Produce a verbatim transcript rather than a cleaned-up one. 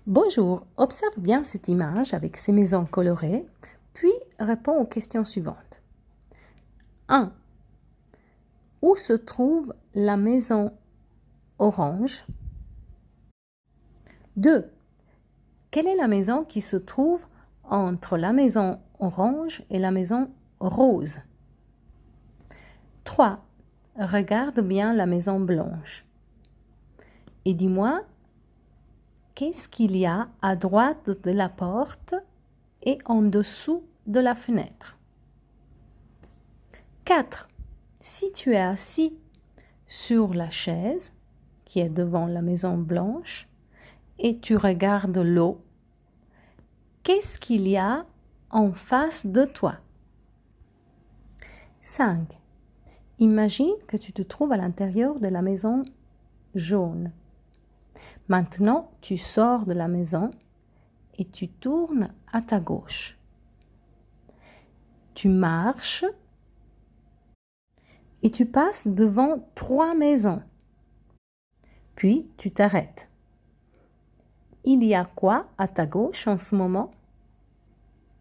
Bonjour, observe bien cette image avec ces maisons colorées, puis réponds aux questions suivantes. un. Où se trouve la maison orange? deux. Quelle est la maison qui se trouve entre la maison orange et la maison rose? trois. Regarde bien la maison blanche. Et dis-moi, qu'est-ce qu'il y a à droite de la porte et en dessous de la fenêtre? quatre. Si tu es assis sur la chaise qui est devant la maison blanche et tu regardes l'eau, qu'est-ce qu'il y a en face de toi? cinq. Imagine que tu te trouves à l'intérieur de la maison jaune. Maintenant, tu sors de la maison et tu tournes à ta gauche. Tu marches et tu passes devant trois maisons. Puis, tu t'arrêtes. Il y a quoi à ta gauche en ce moment?